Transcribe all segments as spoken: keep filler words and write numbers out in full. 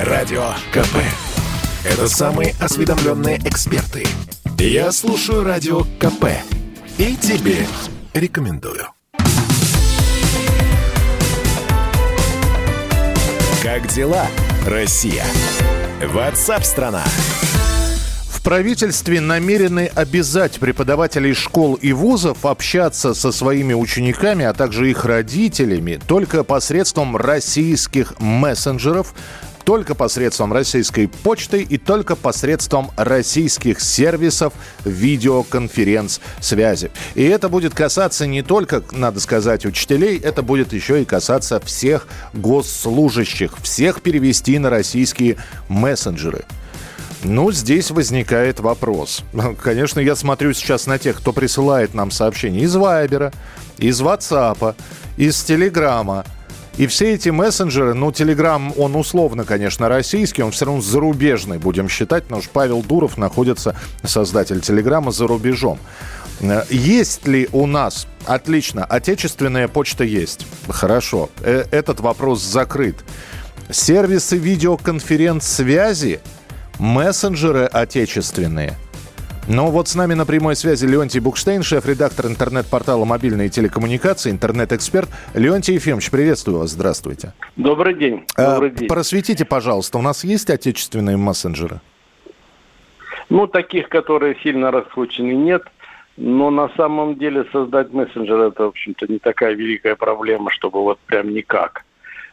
Радио КП. Это самые осведомленные эксперты. Я слушаю Радио КП и тебе рекомендую. Как дела, Россия? WhatsApp-страна. В правительстве намерены обязать преподавателей школ и вузов общаться со своими учениками, а также их родителями только посредством российских мессенджеров, только посредством российской почты и только посредством российских сервисов видеоконференц-связи. И это будет касаться не только, надо сказать, учителей, это будет еще и касаться всех госслужащих, всех перевести на российские мессенджеры. Ну, здесь возникает вопрос. Конечно, я смотрю сейчас на тех, кто присылает нам сообщения из Вайбера, из Ватсапа, из Телеграма. И все эти мессенджеры, ну, Телеграм, он условно, конечно, российский, он все равно зарубежный, будем считать, потому что Павел Дуров находится, создатель Телеграма, за рубежом. Есть ли у нас, отлично, отечественная почта есть? Хорошо, этот вопрос закрыт. Сервисы видеоконференц-связи, мессенджеры отечественные. Ну вот с нами на прямой связи Леонтий Букштейн, шеф-редактор интернет-портала «Мобильные телекоммуникации», интернет-эксперт. Леонтий Ефимович, приветствую вас, здравствуйте. Добрый день. Добрый день. Просветите, пожалуйста, у нас есть отечественные мессенджеры? Ну, таких, которые сильно раскручены, нет. Но на самом деле создать мессенджер – это, в общем-то, не такая великая проблема, чтобы вот прям никак.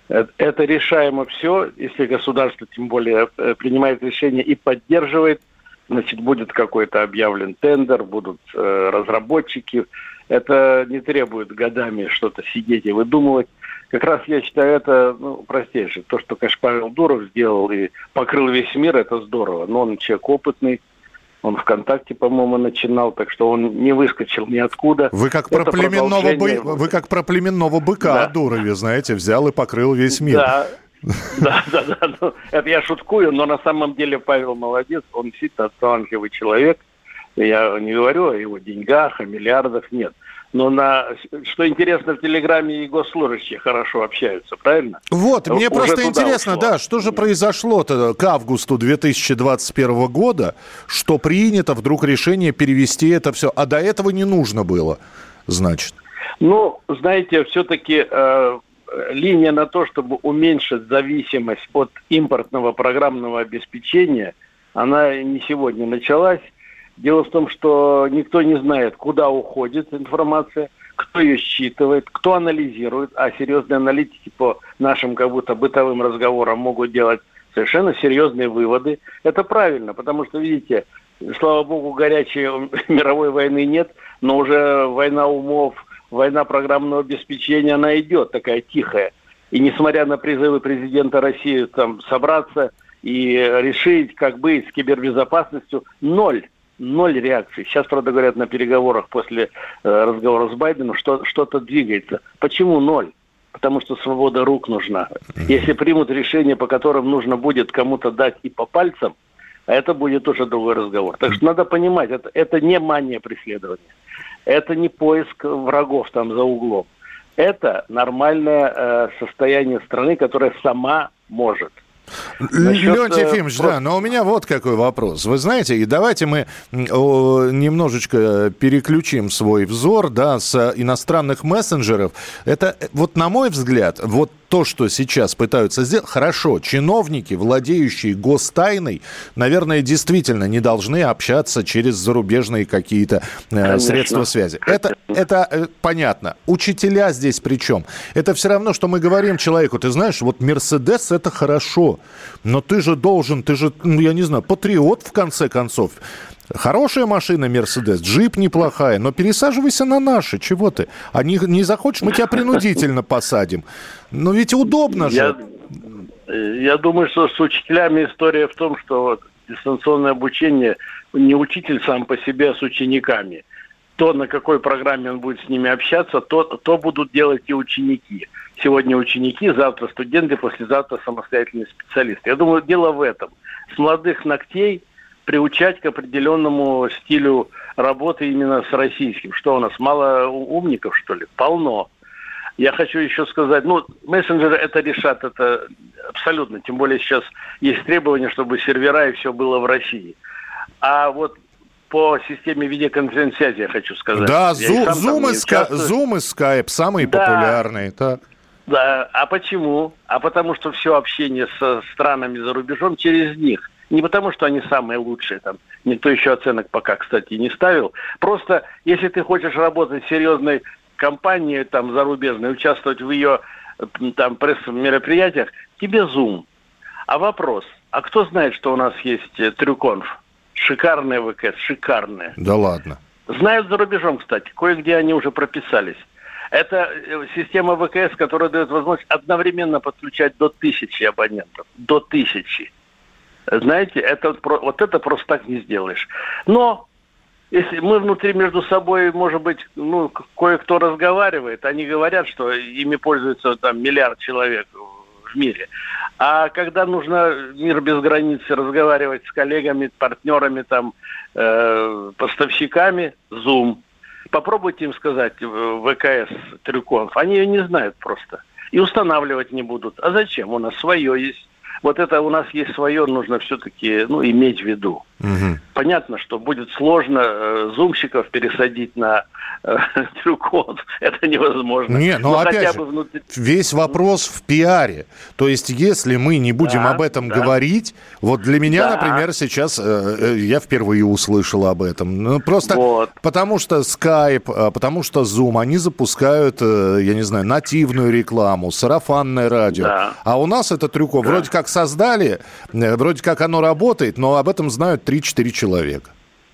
Это решаемо все, если государство, тем более, принимает решение и поддерживает, значит, будет какой-то объявлен тендер, будут э, разработчики. Это не требует годами что-то сидеть и выдумывать. Как раз я считаю, это ну, простейшее. То, что, конечно, Павел Дуров сделал и покрыл весь мир, это здорово. Но он человек опытный. Он ВКонтакте, по-моему, начинал, так что он не выскочил ниоткуда. Вы как про, племенного, продолжение... бы... Вы как про племенного быка да. о Дурове, знаете, взял и покрыл весь мир. Да, да, да, да. Ну, это я шуткую, но на самом деле Павел молодец, он действительно талантливый человек. Я не говорю о его деньгах, о миллиардах, нет. Но на, что интересно, в Телеграме и госслужащие хорошо общаются, правильно? Вот, мне Уже просто интересно, ушло. да, что же произошло-то к августу две тысячи двадцать первого года, что принято вдруг решение перевести это все, а до этого не нужно было, значит? Ну, знаете, все-таки э, линия на то, чтобы уменьшить зависимость от импортного программного обеспечения, она не сегодня началась. Дело в том, что никто не знает, куда уходит информация, кто ее считывает, кто анализирует, а серьезные аналитики по нашим как будто бытовым разговорам могут делать совершенно серьезные выводы. Это правильно, потому что, видите, слава богу, горячей мировой войны нет, но уже война умов, война программного обеспечения, она идет, такая тихая. И несмотря на призывы президента России там собраться и решить, как быть с кибербезопасностью, ноль. Ноль реакций. Сейчас, правда, говорят на переговорах после э, разговора с Байденом, что что-то двигается. Почему ноль? Потому что свобода рук нужна. Если примут решение, по которым нужно будет кому-то дать и по пальцам, это будет уже другой разговор. Так что надо понимать, это, это не мания преследования. Это не поиск врагов там за углом. Это нормальное э, состояние страны, которая сама может. Леонтий Ефимович, просто... да, но у меня вот какой вопрос. Вы знаете, и давайте мы о, немножечко переключим свой взор, да, с иностранных мессенджеров. Это, вот на мой взгляд, вот то, что сейчас пытаются сделать, хорошо, чиновники, владеющие гостайной, наверное, действительно не должны общаться через зарубежные какие-то э, средства связи. Это, это э, понятно. Учителя здесь при чем? Это все равно, что мы говорим человеку, ты знаешь, вот Мерседес это хорошо, но ты же должен, ты же, ну, я не знаю, патриот в конце концов. Хорошая машина Мерседес, джип неплохая, но пересаживайся на наши, чего ты? А не, не захочешь, мы тебя принудительно посадим. Но ведь удобно же. Я, я думаю, что с учителями история в том, что вот дистанционное обучение, не учитель сам по себе, а с учениками. То, на какой программе он будет с ними общаться, то, то будут делать и ученики. Сегодня ученики, завтра студенты, послезавтра самостоятельные специалисты. Я думаю, дело в этом. С молодых ногтей приучать к определенному стилю работы именно с российским. Что у нас, мало умников, что ли? Полно. Я хочу еще сказать, ну, мессенджеры это решат, это абсолютно. Тем более сейчас есть требования, чтобы сервера и все было в России. А вот по системе видеоконференц-связи я хочу сказать. Да, Zoom, Zoom, и Sky, Zoom и Skype самые да, популярные. Так. Да, а почему? А потому что все общение со странами за рубежом через них. Не потому что они самые лучшие, там никто еще оценок пока, кстати, не ставил. Просто если ты хочешь работать в серьезной компании там зарубежной, участвовать в ее там пресс-мероприятиях, тебе Zoom. А вопрос, а кто знает, что у нас есть Трюконф? Шикарные ВКС, шикарные. Да ладно. Знают за рубежом, кстати, кое-где они уже прописались. Это система ВКС, которая дает возможность одновременно подключать до тысячи абонентов. До тысячи. Знаете, это, вот это просто так не сделаешь. Но если мы внутри между собой, может быть, ну, кое-кто разговаривает, они говорят, что ими пользуется там миллиард человек в мире. А когда нужно мир без границ разговаривать с коллегами, партнерами, там, э, поставщиками, Zoom, попробуйте им сказать ВКС Трюконф. Они ее не знают просто. И устанавливать не будут. А зачем? У нас свое есть. Вот это у нас есть свое, нужно все-таки ну, иметь в виду. Угу. Понятно, что будет сложно э, зумщиков пересадить на э, Трюконф. Это невозможно. Не, но, но опять же, внутри... весь вопрос в пиаре. То есть, если мы не будем да, об этом да. говорить, вот для меня, да. например, сейчас э, я впервые услышал об этом. Ну, просто вот. Потому что Skype, потому что Zoom, они запускают, э, я не знаю, нативную рекламу, сарафанное радио. Да. А у нас это Трюконф. Да. Вроде как создали, вроде как оно работает, но об этом знают три-четыре человека.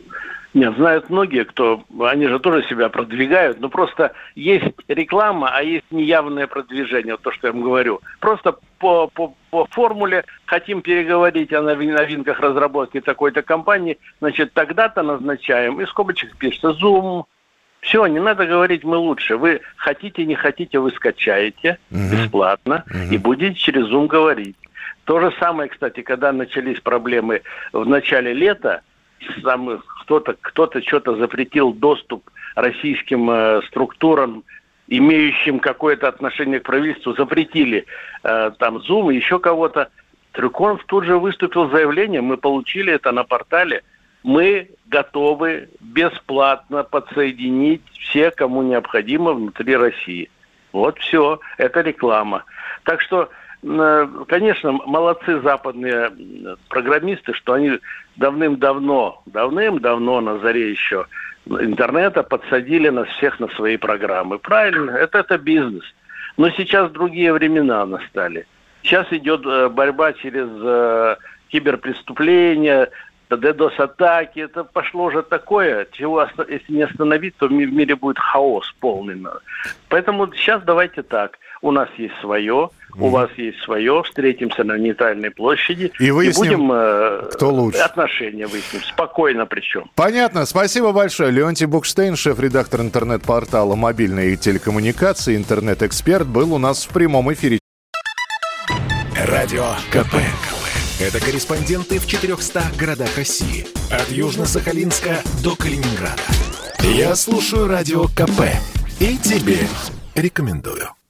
Нет, знают многие, кто... Они же тоже себя продвигают, но просто есть реклама, а есть неявное продвижение, вот то, что я вам говорю. Просто по, по, по формуле хотим переговорить о новинках разработки такой-то компании, значит, тогда-то назначаем, и скобочек пишется Zoom. Все, не надо говорить «мы лучше». Вы хотите, не хотите, вы скачаете uh-huh. бесплатно uh-huh. и будете через Zoom говорить. То же самое, кстати, когда начались проблемы в начале лета, сам, кто-то, кто-то что-то запретил доступ российским э, структурам, имеющим какое-то отношение к правительству, запретили э, там Zoom и еще кого-то. Трюконф тут же выступил с заявлением, мы получили это на портале, мы готовы бесплатно подсоединить все, кому необходимо внутри России. Вот все, это реклама. Так что, конечно, молодцы западные программисты, что они давным-давно, давным-давно на заре еще интернета подсадили нас всех на свои программы. Правильно, это, это бизнес. Но сейчас другие времена настали. Сейчас идет борьба через э, киберпреступления, ддос-атаки. Это пошло же такое, чего, если не остановить, то в мире будет хаос полный. Поэтому сейчас давайте так. У нас есть свое, у mm. вас есть свое. Встретимся на нейтральной площади. И выясним, и будем, э, кто лучше. Отношения выясним. Спокойно причем. Понятно. Спасибо большое. Леонтий Букштейн, шеф-редактор интернет-портала «Мобильные телекоммуникации», интернет-эксперт, был у нас в прямом эфире. Радио КП. Это корреспонденты в четырехстах городах России. От Южно-Сахалинска до Калининграда. Я слушаю Радио КП и тебе рекомендую.